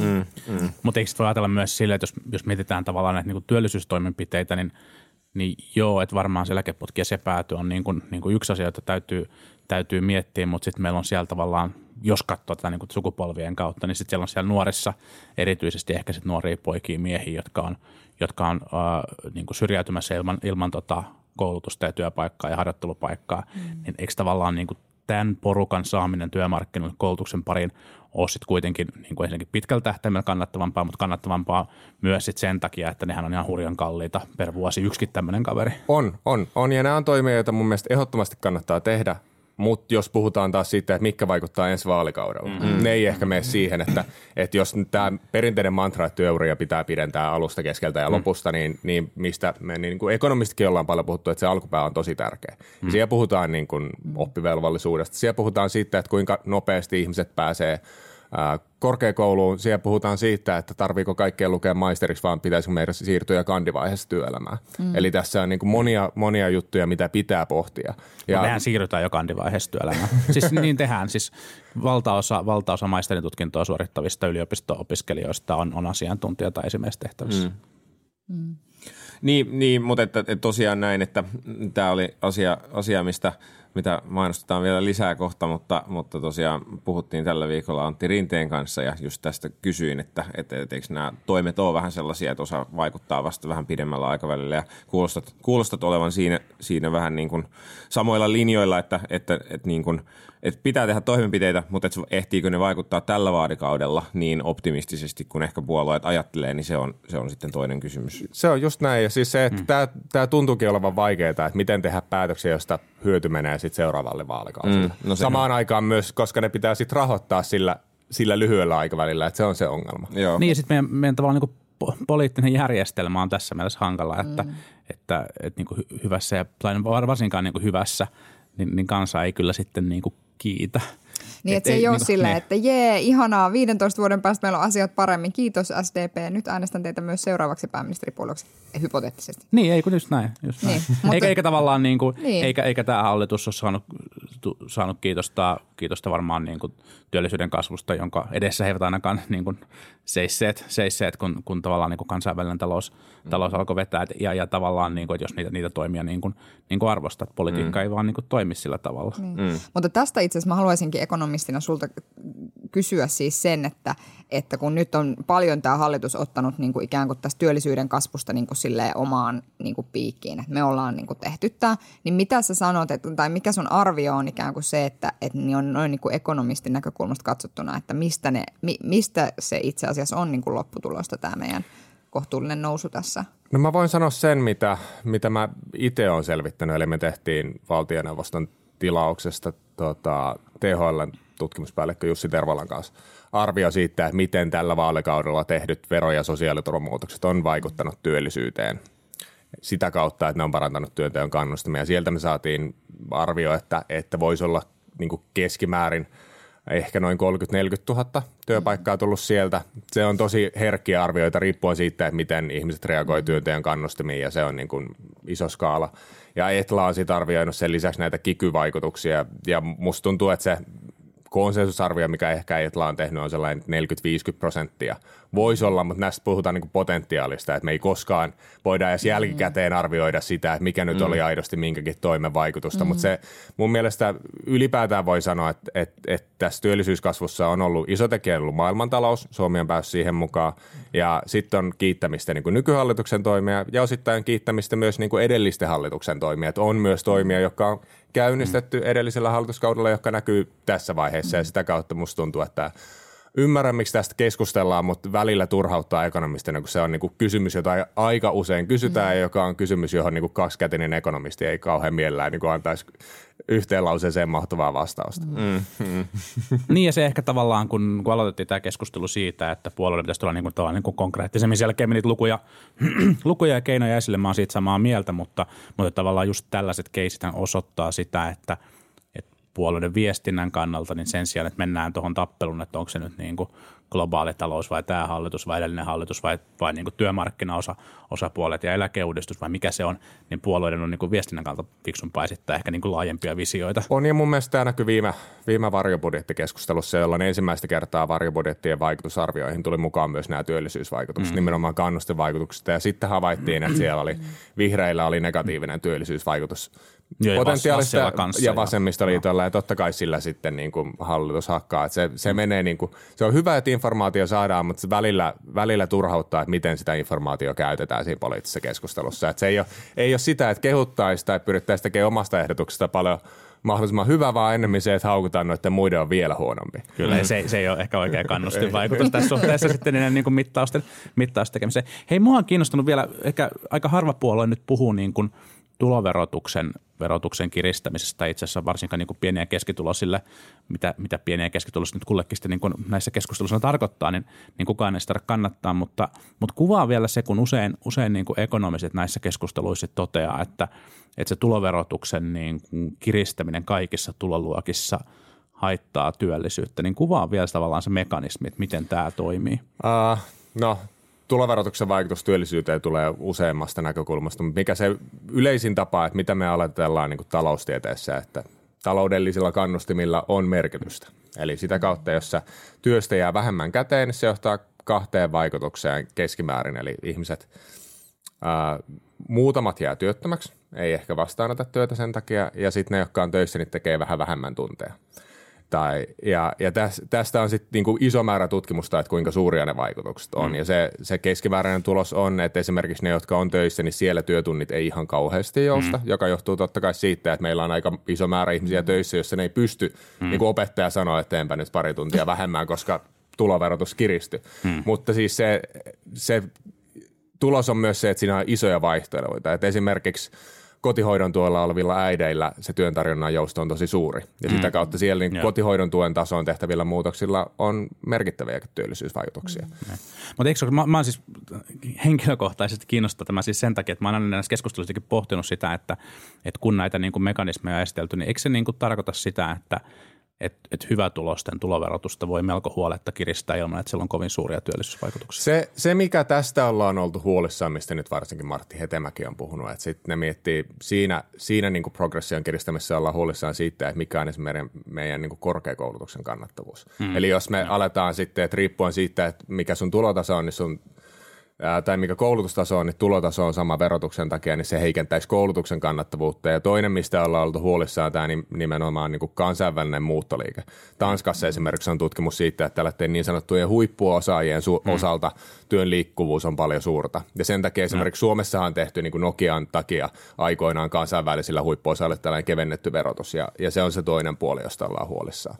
Speaker 8: Mutta eikö voi ajatella myös sille, että jos mietitään tavallaan näitä niin kuin työllisyystoimenpiteitä, niin joo, että varmaan se eläkeputki ja se pääty on niin kuin yksi asia, jota täytyy miettiä, mutta sitten meillä on siellä tavallaan, jos katsoo tätä niin kuin sukupolvien kautta, niin sitten siellä on siellä nuorissa erityisesti ehkä sitten nuoria poikia, miehiä, jotka on niin kuin syrjäytymässä ilman koulutusta ja työpaikkaa ja harjoittelupaikkaa, niin eikö tavallaan niin kuin tämän porukan saaminen työmarkkinoille koulutuksen pariin ole sitten kuitenkin niin kuin ensinnäkin pitkällä tähtäimellä kannattavampaa, mutta kannattavampaa myös sit sen takia, että nehän on ihan hurjan kalliita per vuosi yksikin tämmöinen kaveri.
Speaker 6: On ja nämä on toimia, joita mun mielestä ehdottomasti kannattaa tehdä. Mutta jos puhutaan taas siitä, että mitkä vaikuttaa ensi vaalikaudella, ne ei ehkä mene siihen, että jos tämä perinteinen mantra, että työuria pitää pidentää alusta, keskeltä ja lopusta, niin mistä me niin kuin ekonomistikin ollaan paljon puhuttu, että se alkupää on tosi tärkeä. Siellä puhutaan niin kuin oppivelvollisuudesta, siellä puhutaan siitä, että kuinka nopeasti ihmiset pääsee korkeakouluun. Siellä puhutaan siitä, että tarviiko kaikkea lukea maisteriksi, vaan pitäisikö meidän siirtyä kandivaiheessa työelämään. Eli tässä on niin kuin monia juttuja, mitä pitää pohtia.
Speaker 8: Ja mehän siirrytään jo kandivaiheessa työelämään. Siis niin tehdään. Siis valtaosa maisteritutkintoa suorittavista yliopisto-opiskelijoista on asiantuntija tai esimiestehtävissä.
Speaker 7: Niin, mutta että tosiaan näin, että tämä oli asia, mistä mitä mainostetaan vielä lisää kohta, mutta tosiaan puhuttiin tällä viikolla Antti Rinteen kanssa ja just tästä kysyin, että eikö nämä toimet ole vähän sellaisia, että osa vaikuttaa vasta vähän pidemmällä aikavälillä ja kuulostat olevan siinä vähän niin kuin samoilla linjoilla, että niin kuin, että pitää tehdä toimenpiteitä, mutta että ehtiikö ne vaikuttaa tällä vaalikaudella niin optimistisesti kuin ehkä puolueet ajattelee, niin se on sitten toinen kysymys.
Speaker 6: Se on just näin ja siis se, että tämä tuntuukin olevan vaikeaa, että miten tehdä päätöksiä, josta hyöty menee sitten seuraavalle vaalikaudelle. Samaan aikaan myös, koska ne pitää sitten rahoittaa sillä lyhyellä aikavälillä, että se on se ongelma.
Speaker 8: Joo. Niin ja sitten meidän tavallaan niin kuin poliittinen järjestelmä on tässä mielessä hankala, että niin kuin hyvässä ja varsinkaan niin kuin hyvässä, niin kansa ei kyllä sitten niin kuin kiitä.
Speaker 1: Niin, että se ei ole silleen, että ihanaa, 15 vuoden päästä meillä on asiat paremmin. Kiitos SDP, nyt äänestän teitä myös seuraavaksi pääministeripuolueeksi, hypoteettisesti.
Speaker 8: Niin, ei kun just näin. Niin, mutta, eikä tavallaan niin kuin,
Speaker 1: niin.
Speaker 8: eikä tämä hallitus ole saanut kiitosta varmaan niin kuin työllisyyden kasvusta, jonka edessä he eivät ainakaan niin kuin seisseet kun tavallaan niin kuin kansainvälinen talous alkoi vetää. Ja tavallaan, niin kuin, että jos niitä toimia niin kuin arvostaa, että politiikka ei vaan niin kuin toimi sillä tavalla.
Speaker 1: Mutta tästä itse asiassa mä haluaisinkin ekonomistina sulta kysyä siis sen, että kun nyt on paljon tämä hallitus ottanut niin kuin ikään kuin tästä työllisyyden kasvusta niin kuin silleen omaan niin kuin piikkiin, että me ollaan niin kuin tehty tämä, niin mitä sä sanot, tai mikä sun arvio on ikään kuin se, että ne on noin niin kuin ekonomistin näkökulmasta katsottuna, että mistä se itse asiassa on niin kuin lopputulosta tämä meidän kohtuullinen nousu tässä?
Speaker 6: No mä voin sanoa sen, mitä mä itse olen selvittänyt, eli me tehtiin valtioneuvoston tilauksesta THL:n tutkimuspäällikkö Jussi Tervalan kanssa arvio siitä, että miten tällä vaalikaudella tehdyt vero- ja sosiaaliturvamuutokset on vaikuttanut työllisyyteen sitä kautta, että ne on parantanut työnteon kannustamia. Sieltä me saatiin arvio, että voisi olla niin kuin keskimäärin ehkä noin 30 000–40 000 työpaikkaa tullut sieltä. Se on tosi herkkiä arvioita riippuen siitä, että miten ihmiset reagoi työnteon kannustamiin ja se on niin kuin iso skaala. Ja Etla on sitten arvioinut sen lisäksi näitä kiky-vaikutuksia ja musta tuntuu, että se konsensusarvio, mikä ehkä Etla on tehnyt, on sellainen 40–50%. Voisi olla, mutta näistä puhutaan niin kuin potentiaalista, että me ei koskaan voida edes jälkikäteen arvioida sitä, että mikä nyt oli aidosti minkäkin toimen vaikutusta. Mutta se mun mielestä ylipäätään voi sanoa, että tässä työllisyyskasvussa on ollut iso tekijä ollut maailmantalous, Suomi on päässyt siihen mukaan, ja sitten on kiittämistä niin kuin nykyhallituksen toimia, ja osittain kiittämistä myös niin kuin edellisten hallituksen toimia. Että on myös toimia, jotka on käynnistetty edellisellä hallituskaudella, jotka näkyy tässä vaiheessa, ja sitä kautta musta tuntuu, että ymmärrän, miksi tästä keskustellaan, mutta välillä turhauttaa ekonomistina, kun se on niinku kysymys, jota aika usein kysytään, ja joka on kysymys, johon niinku kaksikätinen ekonomisti ei kauhean mielellään niinku antaisi yhteen lauseeseen mahtuvaa vastausta.
Speaker 8: Niin ja se ehkä tavallaan, kun aloitettiin tämä keskustelu siitä, että puolueiden pitäisi tulla niinku konkreettisemmin selkeämmin niitä lukuja ja keinoja esille, mä oon siitä samaa mieltä, mutta tavallaan just tällaiset keisit osoittaa sitä, että puolueiden viestinnän kannalta, niin sen sijaan, että mennään tuohon tappeluun, että onko se nyt niin kuin globaali talous vai tämä hallitus vai edellinen hallitus vai niin kuin työmarkkinaosapuolet ja eläkeuudistus vai mikä se on, niin puolueiden on niin kuin viestinnän kannalta fiksumpaa esittää ehkä niin kuin laajempia visioita.
Speaker 6: On ja mun mielestä tämä näkyy viime varjobudjettikeskustelussa, jolloin ensimmäistä kertaa varjobudjettien vaikutusarvioihin tuli mukaan myös nämä työllisyysvaikutukset, nimenomaan kannustevaikutukset ja sitten havaittiin, että siellä oli vihreillä oli negatiivinen työllisyysvaikutus potentiaalista ja vasemmistoliitolla ja totta kai sillä sitten niin kuin hallitus hakkaa. Että se menee niin kuin, se on hyvä, että informaatio saadaan, mutta se välillä turhauttaa, että miten sitä informaatiota käytetään siinä poliittisessa keskustelussa. Että se ei ole sitä, että kehuttaisiin tai pyrittäisiin tekemään omasta ehdotuksesta paljon mahdollisimman hyvä, vaan ennemmin se, että haukutaan noiden muiden on vielä huonompi.
Speaker 8: Kyllä, se ei ole ehkä oikea kannustinvaikutus tässä suhteessa sitten niiden niin kuin mittausten tekemiseen. Hei, mua on kiinnostunut vielä, ehkä aika harva puolue nyt puhuu niin kuin tuloverotuksen kiristämisestä, itse asiassa varsinkaan niin kuin pieniä ja keskituloisille, mitä pieniä ja keskituloisille nyt kullekin sitten niin kuin näissä keskusteluissa tarkoittaa, niin kukaan ei sitä kannattaa, mutta kuvaa vielä se, kun usein niin kuin ekonomiset näissä keskusteluissa toteaa, että se tuloverotuksen niin kuin kiristäminen kaikissa tuloluokissa haittaa työllisyyttä, niin kuvaa vielä tavallaan se mekanismi, että miten tämä toimii.
Speaker 6: Tuloverotuksen vaikutus työllisyyteen tulee useammasta näkökulmasta, mutta mikä se yleisin tapa, että mitä me ajatellaan niin kuin taloustieteessä, että taloudellisilla kannustimilla on merkitystä. Eli sitä kautta, jos työstä jää vähemmän käteen, niin se johtaa kahteen vaikutukseen keskimäärin, eli ihmiset muutamat jää työttömäksi, ei ehkä vastaanota työtä sen takia, ja sitten ne, jotka on töissä, niin tekee vähän vähemmän tunteja. Tästä on sitten niinku iso määrä tutkimusta, että kuinka suuria ne vaikutukset on. Ja se keskimääräinen tulos on, että esimerkiksi ne, jotka on töissä, niin siellä työtunnit ei ihan kauheasti jousta, joka johtuu totta kai siitä, että meillä on aika iso määrä ihmisiä töissä, jossa ne ei pysty, niin kuin opettaja sanoo, että teenpä nyt pari tuntia vähemmän, koska tuloverotus kiristyy. Mutta siis se tulos on myös se, että siinä on isoja vaihtoehtoja. Että esimerkiksi kotihoidon tuella olevilla äideillä se työntarjonnan jousto on tosi suuri. Ja sitä kautta siellä niin kotihoidon tuen tasoon tehtävillä muutoksilla on merkittäviä työllisyysvaikutuksia.
Speaker 8: Mutta eikö mä oon siis henkilökohtaisesti kiinnostaa tämä siis sen takia, että mä oon aina näissä keskusteluissakin pohtinut sitä, että kun näitä niin kuin mekanismeja on esitelty, niin eikö se niin kuin tarkoita sitä, että hyvätulosten tuloverotusta voi melko huoletta kiristää ilman, että sillä on kovin suuria työllisyysvaikutuksia?
Speaker 6: Se, mikä tästä ollaan oltu huolissaan, mistä nyt varsinkin Martti Hetemäki on puhunut, että sitten ne miettii siinä niin kuin progression kiristämisessä ollaan huolissaan siitä, että mikä on esimerkiksi meidän niin kuin korkeakoulutuksen kannattavuus. Eli jos me aletaan sitten, että riippuen siitä, että mikä sun tulotaso on, niin tai mikä koulutustaso on, niin tulotaso on sama verotuksen takia, niin se heikentäisi koulutuksen kannattavuutta. Ja toinen, mistä ollaan oltu huolissaan, tämä nimenomaan niin kuin kansainvälinen muuttoliike. Tanskassa esimerkiksi on tutkimus siitä, että tällaisten niin sanottujen huippuosaajien osalta työn liikkuvuus on paljon suurta. Ja sen takia esimerkiksi Suomessahan on tehty niin kuin Nokian takia aikoinaan kansainvälisillä huippuosaajilla tällainen kevennetty verotus. Ja se on se toinen puoli, josta ollaan huolissaan.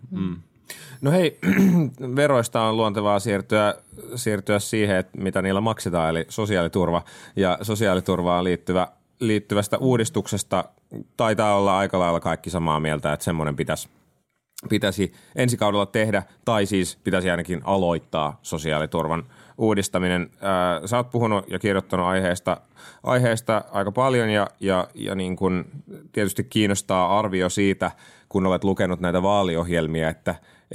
Speaker 7: No hei, veroista on luontevaa siirtyä siihen, että mitä niillä maksetaan, eli sosiaaliturva. Ja sosiaaliturvaan liittyvästä uudistuksesta taitaa olla aika lailla kaikki samaa mieltä, että semmoinen pitäisi ensi kaudella tehdä, tai siis pitäisi ainakin aloittaa sosiaaliturvan uudistaminen. Sä oot puhunut ja kirjoittanut aiheesta aika paljon, ja niin kun tietysti kiinnostaa arvio siitä, kun olet lukenut näitä vaaliohjelmia, että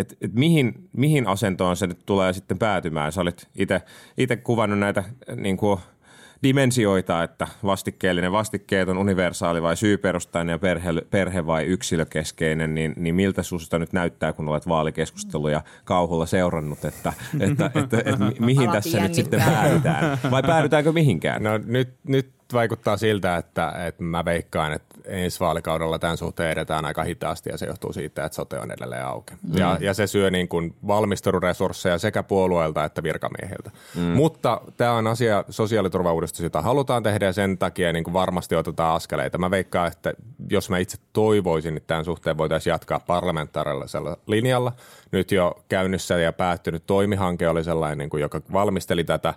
Speaker 7: mihin asentoon se nyt tulee sitten päätymään. Sä olit itse kuvannut näitä niin kuin dimensioita, että vastikkeellinen, vastikkeeton, universaali vai syyperustainen ja perhe vai yksilökeskeinen, niin miltä susta nyt näyttää, kun olet vaalikeskusteluja kauhulla seurannut, että mihin tässä nyt sitten päädytään? Vai päädytäänkö mihinkään?
Speaker 6: No nyt vaikuttaa siltä, että mä veikkaan, että ensi vaalikaudella tämän suhteen edetään aika hitaasti ja se johtuu siitä, että sote on edelleen auki. Ja se syö niin kuin valmisteluresursseja sekä puolueilta että virkamiehiltä. Mutta tämä on asia, sosiaaliturvauudistus, jota halutaan tehdä ja sen takia niin kuin varmasti otetaan askeleita. Mä veikkaan, että jos mä itse toivoisin, että tämän suhteen voitaisiin jatkaa parlamentaarisella linjalla. Nyt jo käynnissä ja päättynyt toimihanke oli sellainen, niin kuin, joka valmisteli tätä.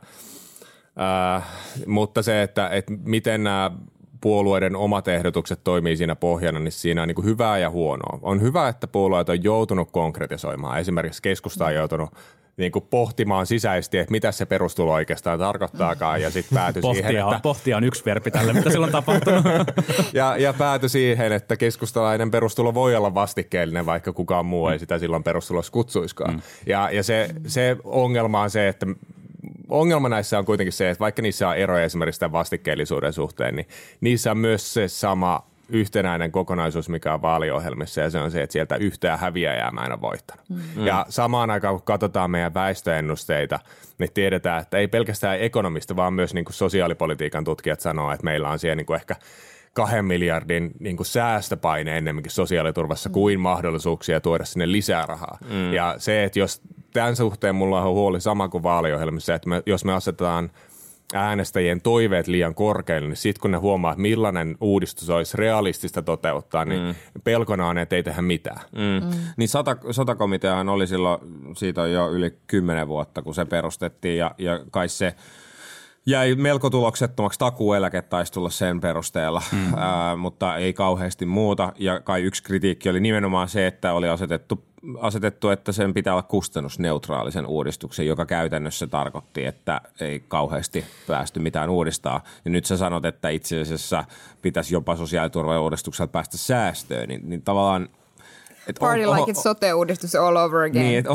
Speaker 6: Mutta se, että miten nämä puolueiden omat ehdotukset toimii siinä pohjana, niin siinä on niin kuin hyvää ja huonoa. On hyvä, että puolueet on joutunut konkretisoimaan. Esimerkiksi keskusta on joutunut niin kuin pohtimaan sisäisesti, että mitä se perustulo oikeastaan tarkoittaakaan, ja sitten päätyi siihen, että
Speaker 8: pohtia on yksi verbi tälle, mitä silloin on tapahtunut.
Speaker 6: ja päätyi siihen, että keskustalainen perustulo voi olla vastikkeellinen, vaikka kukaan muu ei sitä silloin perustulossa kutsuiskaan. Ja se ongelma on se, että ongelma näissä on kuitenkin se, että vaikka niissä on eroja esimerkiksi tämän vastikkeellisuuden suhteen, niin niissä on myös se sama yhtenäinen kokonaisuus, mikä on vaaliohjelmissa, ja se on se, että sieltä yhtään häviäjää mä en ole voittanut. Ja samaan aikaan, kun katsotaan meidän väestöennusteita, niin tiedetään, että ei pelkästään ekonomista, vaan myös niin kuin sosiaalipolitiikan tutkijat sanoo, että meillä on siellä niin kuin ehkä 2 miljardin niin kuin säästöpaine ennemminkin sosiaaliturvassa kuin mahdollisuuksia tuoda sinne lisää rahaa. Ja se, että jos tämän suhteen mulla on huoli sama kuin vaaliohjelmissa, että jos me asetetaan äänestäjien toiveet liian korkeille, niin sitten kun ne huomaa, että millainen uudistus olisi realistista toteuttaa, niin pelkona on, että ei tehdä mitään.
Speaker 7: Niin Sata-komiteahan oli silloin, siitä on jo yli 10 vuotta, kun se perustettiin, ja kai se jäi melko tuloksettomaksi. Takuueläke taisi tulla sen perusteella, mutta ei kauheasti muuta. Ja kai yksi kritiikki oli nimenomaan se, että oli asetettu, että sen pitää olla kustannusneutraalisen uudistuksen, joka käytännössä tarkoitti, että ei kauheasti päästy mitään uudistaa. Ja nyt sä sanot, että itse asiassa pitäisi jopa sosiaaliturva-uudistuksella päästä säästöön, niin tavallaan
Speaker 1: Party like it's sote-uudistus all over again.
Speaker 7: Niin,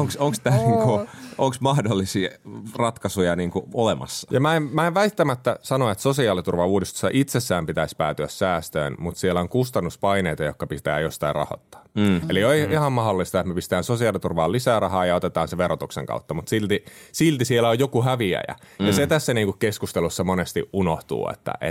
Speaker 7: onko mahdollisia ratkaisuja niinku olemassa? Ja
Speaker 6: mä en väittämättä sano, että sosiaaliturva-uudistuksessa itsessään pitäisi päätyä säästöön, mutta siellä on kustannuspaineita, jotka pitää jostain rahoittaa. Eli on ihan mahdollista, että me pistetään sosiaaliturvaan lisää rahaa ja otetaan se verotuksen kautta, mutta silti siellä on joku häviäjä. Ja se tässä niinku keskustelussa monesti unohtuu, että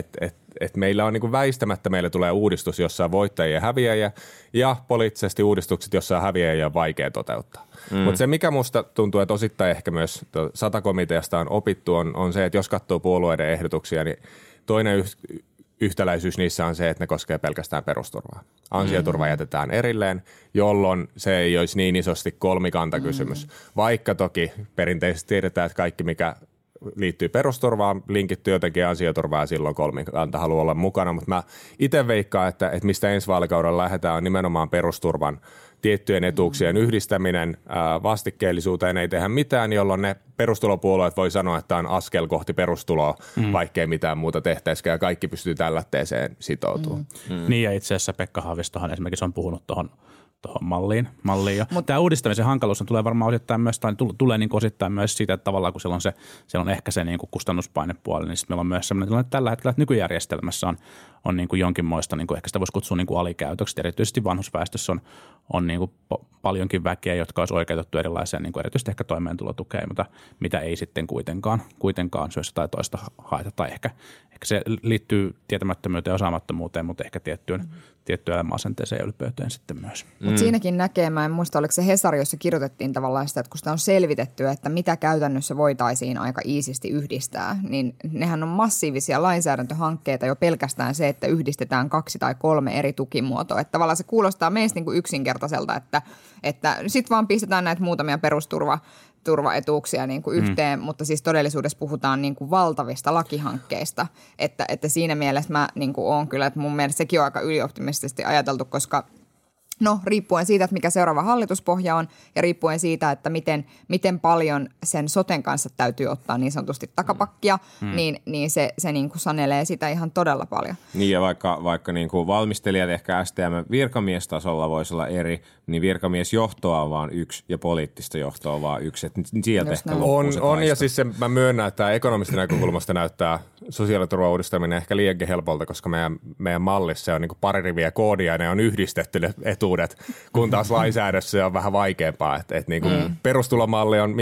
Speaker 6: meillä on niin kuin väistämättä, meillä tulee uudistus, jossa on voittajia ja häviäjiä, ja poliittisesti uudistukset, jossa on häviäjiä on vaikea toteuttaa. Mutta se, mikä musta tuntuu, että osittain ehkä myös Sata-komiteasta on opittu, on se, että jos katsoo puolueiden ehdotuksia, niin toinen yhtäläisyys niissä on se, että ne koskee pelkästään perusturvaa. Ansioturva jätetään erilleen, jolloin se ei olisi niin isosti kolmikantakysymys. Vaikka toki perinteisesti tiedetään, että kaikki mikä liittyy perusturvaan, linkittyy jotenkin ansioturvaan ja silloin kolmikanta haluaa olla mukana. Mutta mä itse veikkaan, että mistä ensi vaalikaudella lähdetään on nimenomaan perusturvan tiettyjen etuuksien yhdistäminen, vastikkeellisuuteen ei tehdä mitään, jolloin ne perustulopuolueet voi sanoa, että on askel kohti perustuloa, vaikkei mitään muuta tehtäisikään ja kaikki pystyy tällaiseen sitoutumaan.
Speaker 8: Niin ja itse asiassa Pekka Haavistohan esimerkiksi on puhunut tuohon malliin. Mutta tämä uudistamisen hankaluus tulee varmaan osittain myös, tai tulee niin osittain myös siitä, että tavallaan kun siellä on ehkä se niin kustannuspainepuoli, niin sitten meillä on myös sellainen tilanne, että tällä hetkellä että nykyjärjestelmässä on niin kuin jonkinmoista, niin kuin ehkä sitä voisi kutsua niin kuin alikäytöksi. Erityisesti vanhusväestössä on niin kuin paljonkin väkeä, jotka olisi oikeutettu erilaiseen, niin kuin erityisesti ehkä toimeentulotukeen, mutta mitä ei sitten kuitenkaan syystä tai toista haeta. Tai ehkä se liittyy tietämättömyyteen ja osaamattomuuteen, mutta ehkä tiettyyn elämänasenteeseen ja ylpeyteen sitten myös.
Speaker 1: Mutta siinäkin näkee, mä en muista, oliko se Hesari, jossa kirjoitettiin tavallaan sitä, että kun sitä on selvitetty, että mitä käytännössä voitaisiin aika iisisti yhdistää, niin nehän on massiivisia lainsäädäntöhankkeita jo pelkästään se, että yhdistetään 2 tai 3 eri tukimuotoa. Että tavallaan se kuulostaa meistä niin kuin yksinkertaiselta, että sitten vaan pistetään näitä muutamia perusturvaetuuksia niin kuin yhteen, mutta siis todellisuudessa puhutaan niin kuin valtavista lakihankkeista, että siinä mielessä mä niin kuin oon kyllä, että mun mielestä sekin on aika ylioptimistisesti ajateltu, koska riippuen siitä, että mikä seuraava hallituspohja on ja riippuen siitä, että miten paljon sen soten kanssa täytyy ottaa niin sanotusti takapakkia, niin se niin kuin sanelee sitä ihan todella paljon.
Speaker 7: Niin ja vaikka niin kuin valmistelijat ehkä STM virkamiestasolla voisi olla eri, niin virkamiesjohtoa on vaan yksi ja poliittista johtoa on vaan yksi. Että sieltä ehkä
Speaker 6: on ja siis mä myönnän, että tämä ekonomistin näkökulmasta näyttää sosiaaliturvan uudistaminen ehkä liiankin helpolta, koska meidän mallissa on niin kuin pari riviä koodia ja ne on yhdistetty ne etuudet, kun taas lainsäädössä se on vähän vaikeampaa. Että niin kuin perustulomalli on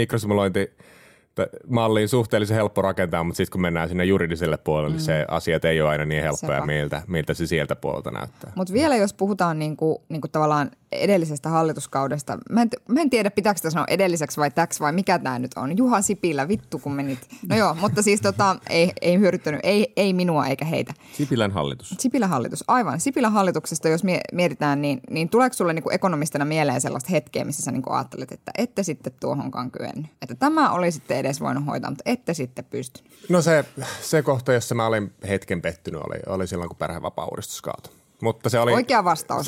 Speaker 6: mikrosimulointimalliin suhteellisen helppo rakentaa, mutta sitten kun mennään sinne juridiselle puolelle, niin se asiat ei ole aina niin helppoja, miltä se sieltä puolelta näyttää. Mutta
Speaker 1: vielä jos puhutaan niin kuin tavallaan edellisestä hallituskaudesta, mä en tiedä pitääkö sitä sanoa edelliseksi vai täksi vai mikä tämä nyt on. Juha Sipilä, vittu kun menit. No joo, mutta siis ei hyödyttänyt, ei minua eikä heitä.
Speaker 7: Sipilän hallitus.
Speaker 1: Sipilän hallitus, aivan. Sipilän hallituksesta, jos mietitään, niin tuleeko sulle niin kuin ekonomistina mieleen sellaista hetkeä, missä sä niin kuin ajattelet, että ette sitten tuohonkaan kyennyt. Että tämä oli sitten edes voinut hoitaa, mutta ette sitten pystynyt.
Speaker 6: No se kohta, jossa mä olin hetken pettynyt, oli silloin, kun perhevapaauudistus kaatui. Mutta se oli
Speaker 1: oikea vastaus.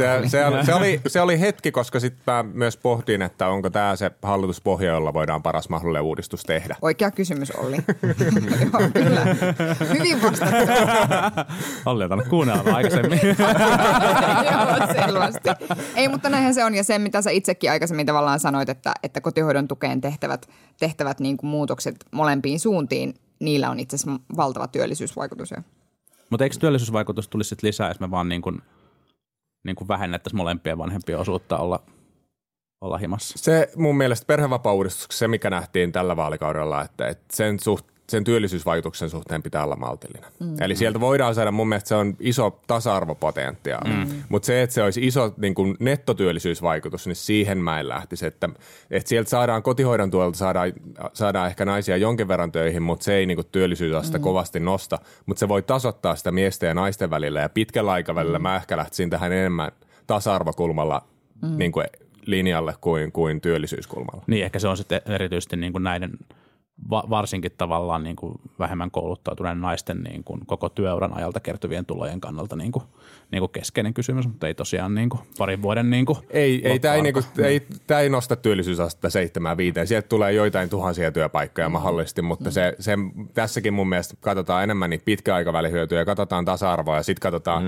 Speaker 6: Se oli hetki, koska sitten mä myös pohdin, että onko tämä se hallituspohja, jolla voidaan paras mahdollinen uudistus tehdä.
Speaker 1: Oikea kysymys Olli. Joo, kyllä. Hyvin vastattu.
Speaker 8: Olli on tainnut kuunnella aikaisemmin.
Speaker 1: Joo, selvästi. Ei, mutta näinhän se on. Ja se, mitä sä itsekin aikaisemmin tavallaan sanoit, että kotihoidon tukeen tehtävät niin kuin muutokset molempiin suuntiin, niillä on itse asiassa valtava työllisyysvaikutus.
Speaker 8: Mutta eikö työllisyysvaikutus tulisi sitten lisää, jos me vaan niin kuin vähennettäisiin molempien vanhempien osuutta olla himassa?
Speaker 6: Se mun mielestä perhevapaauudistuksessa se, mikä nähtiin tällä vaalikaudella, että sen työllisyysvaikutuksen suhteen pitää olla maltillinen. Eli sieltä voidaan saada, mun mielestä se on iso tasa-arvopotentiaali. Mutta se, että se olisi iso niin kuin nettotyöllisyysvaikutus, niin siihen mä en lähtisi. Että sieltä saadaan kotihoidon tuolta, saadaan ehkä naisia jonkin verran töihin, mutta se ei niin kuin työllisyysasta kovasti nosta. Mutta se voi tasoittaa sitä miesten ja naisten välillä ja pitkällä aikavälillä mä ehkä lähtisin tähän enemmän tasa-arvokulmalla niin kuin linjalle kuin työllisyyskulmalla.
Speaker 8: Niin, ehkä se on sitten erityisesti niin kuin näiden varsinkin tavallaan niin kuin vähemmän kouluttautuneen naisten niin kuin koko työuran ajalta kertyvien tulojen kannalta niin kuin keskeinen kysymys, mutta ei tosiaan niin kuin parin vuoden niin kuin
Speaker 6: Tämä ei nosta työllisyysastetta 7-5. Sieltä tulee joitain tuhansia työpaikkoja mahdollisesti, mutta se tässäkin mun mielestä katsotaan enemmän niitä pitkäaikavälihyötyjä, katsotaan tasa-arvoa ja sitten katsotaan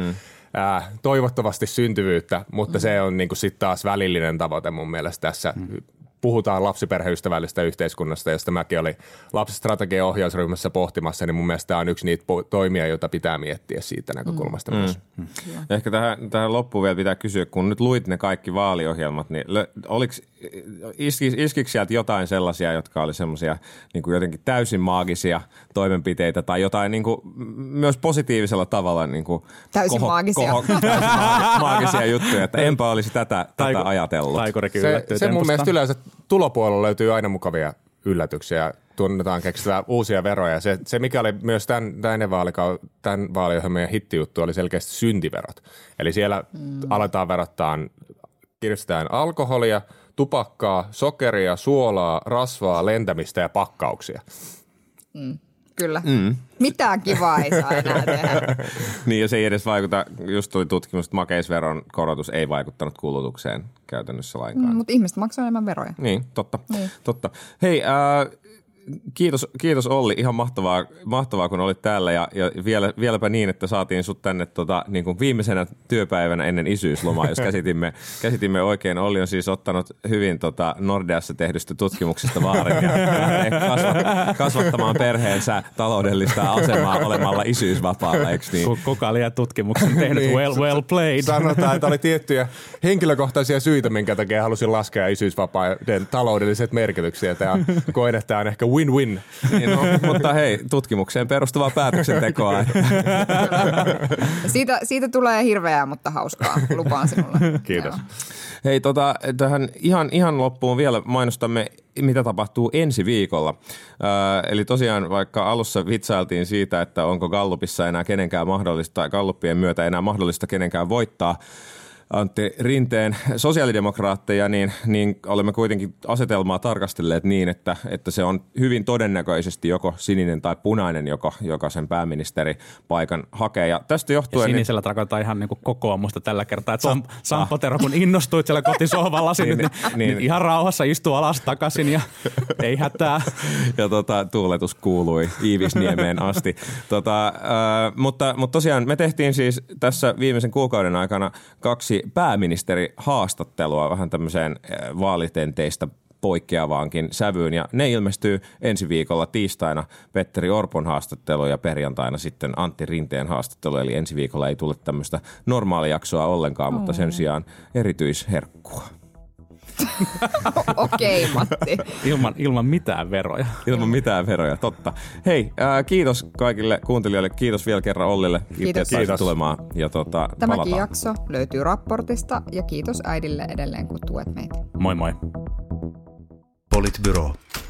Speaker 6: toivottavasti syntyvyyttä, mutta se on niin kuin sitten taas välillinen tavoite mun mielestä tässä puhutaan lapsiperheystävällistä yhteiskunnasta, josta mäkin olin lapsistrategian ohjausryhmässä pohtimassa, niin mun mielestä tämä on yksi niitä toimia, joita pitää miettiä siitä näkökulmasta myös.
Speaker 7: Ehkä tähän loppuun vielä pitää kysyä, kun nyt luit ne kaikki vaaliohjelmat, niin iskikö sieltä jotain sellaisia, jotka oli semmoisia niin kuin jotenkin täysin maagisia toimenpiteitä tai jotain niin kuin, myös positiivisella tavalla niin kuin
Speaker 1: täysin
Speaker 7: maagisia juttuja, että enpä olisi tätä ajatellut.
Speaker 6: Se mun mielestä yleensä tulopuolella löytyy aina mukavia yllätyksiä. Tunnetaan keksitään uusia veroja. Se mikä oli myös tämän vaaliohjelmien hittijuttu, oli selkeästi syntiverot. Eli siellä aletaan kiristetään alkoholia, tupakkaa, sokeria, suolaa, rasvaa, lentämistä ja pakkauksia.
Speaker 1: Kyllä. Mitään kivaa ei saa enää tehdä.
Speaker 7: Niin ja se ei edes vaikuta, just tuli tutkimus, että makeisveron korotus ei vaikuttanut kulutukseen käytännössä lainkaan.
Speaker 1: Mutta ihmiset maksaa enemmän veroja.
Speaker 7: Niin, totta. Hei, kiitos Olli, ihan mahtavaa kun olit täällä ja vieläpä niin, että saatiin sut tänne niin kuin viimeisenä työpäivänä ennen isyyslomaa, jos käsitimme oikein. Olli on siis ottanut hyvin Nordeassa tehdystä tutkimuksesta vaarin ja kasvattamaan perheensä taloudellista asemaa olemalla isyysvapaalla, eikö niin?
Speaker 8: Kuka liian tutkimuksen tehnyt? Well played.
Speaker 6: Sanotaan, että oli tiettyjä henkilökohtaisia syitä, minkä takia halusin laskea isyysvapaiden taloudelliset merkityksiä. Koen, että tämä on ehkä win-win.
Speaker 7: Niin, mutta hei, tutkimukseen perustuvaa päätöksentekoa.
Speaker 1: Siitä tulee hirveää, mutta hauskaa. Lupaan sinulle.
Speaker 6: Kiitos.
Speaker 7: Hei, tähän ihan loppuun vielä mainostamme, mitä tapahtuu ensi viikolla. Eli tosiaan vaikka alussa vitsailtiin siitä, että onko Gallupissa enää kenenkään mahdollista, Gallupien myötä enää mahdollista kenenkään voittaa Antti Rinteen sosiaalidemokraatteja, niin olemme kuitenkin asetelmaa tarkastelleet niin, että se on hyvin todennäköisesti joko sininen tai punainen, joka sen pääministeripaikan hakee. Ja tästä johtuen...
Speaker 8: Ja sinisellä tarkoittaa ihan niin kuin kokoomusta tällä kertaa, että Sampo Terho, kun innostuit siellä kotisohvallasi, niin ihan rauhassa istuu alas takaisin ja ei hätää.
Speaker 7: Ja tuuletus kuului Iivisniemeen asti. Mutta tosiaan me tehtiin siis tässä viimeisen kuukauden aikana 2 pääministerihaastattelua vähän tämmöiseen vaalitenteistä poikkeavaankin sävyyn, ja ne ilmestyy ensi viikolla tiistaina Petteri Orpon haastattelu ja perjantaina sitten Antti Rinteen haastattelu, eli ensi viikolla ei tule tämmöistä normaalijaksoa ollenkaan, mutta sen sijaan erityisherkkua.
Speaker 1: Okei, Matti.
Speaker 8: Ilman mitään veroja.
Speaker 7: Ilman mitään veroja, totta. Hei, kiitos kaikille kuuntelijoille. Kiitos vielä kerran Ollille.
Speaker 1: Kiitos.
Speaker 7: Tulemaan. Ja
Speaker 1: Tämäkin
Speaker 7: palataan.
Speaker 1: jakso löytyy raportista ja kiitos äidille edelleen, kun tuet meitä.
Speaker 8: Moi moi.
Speaker 3: Politbyro.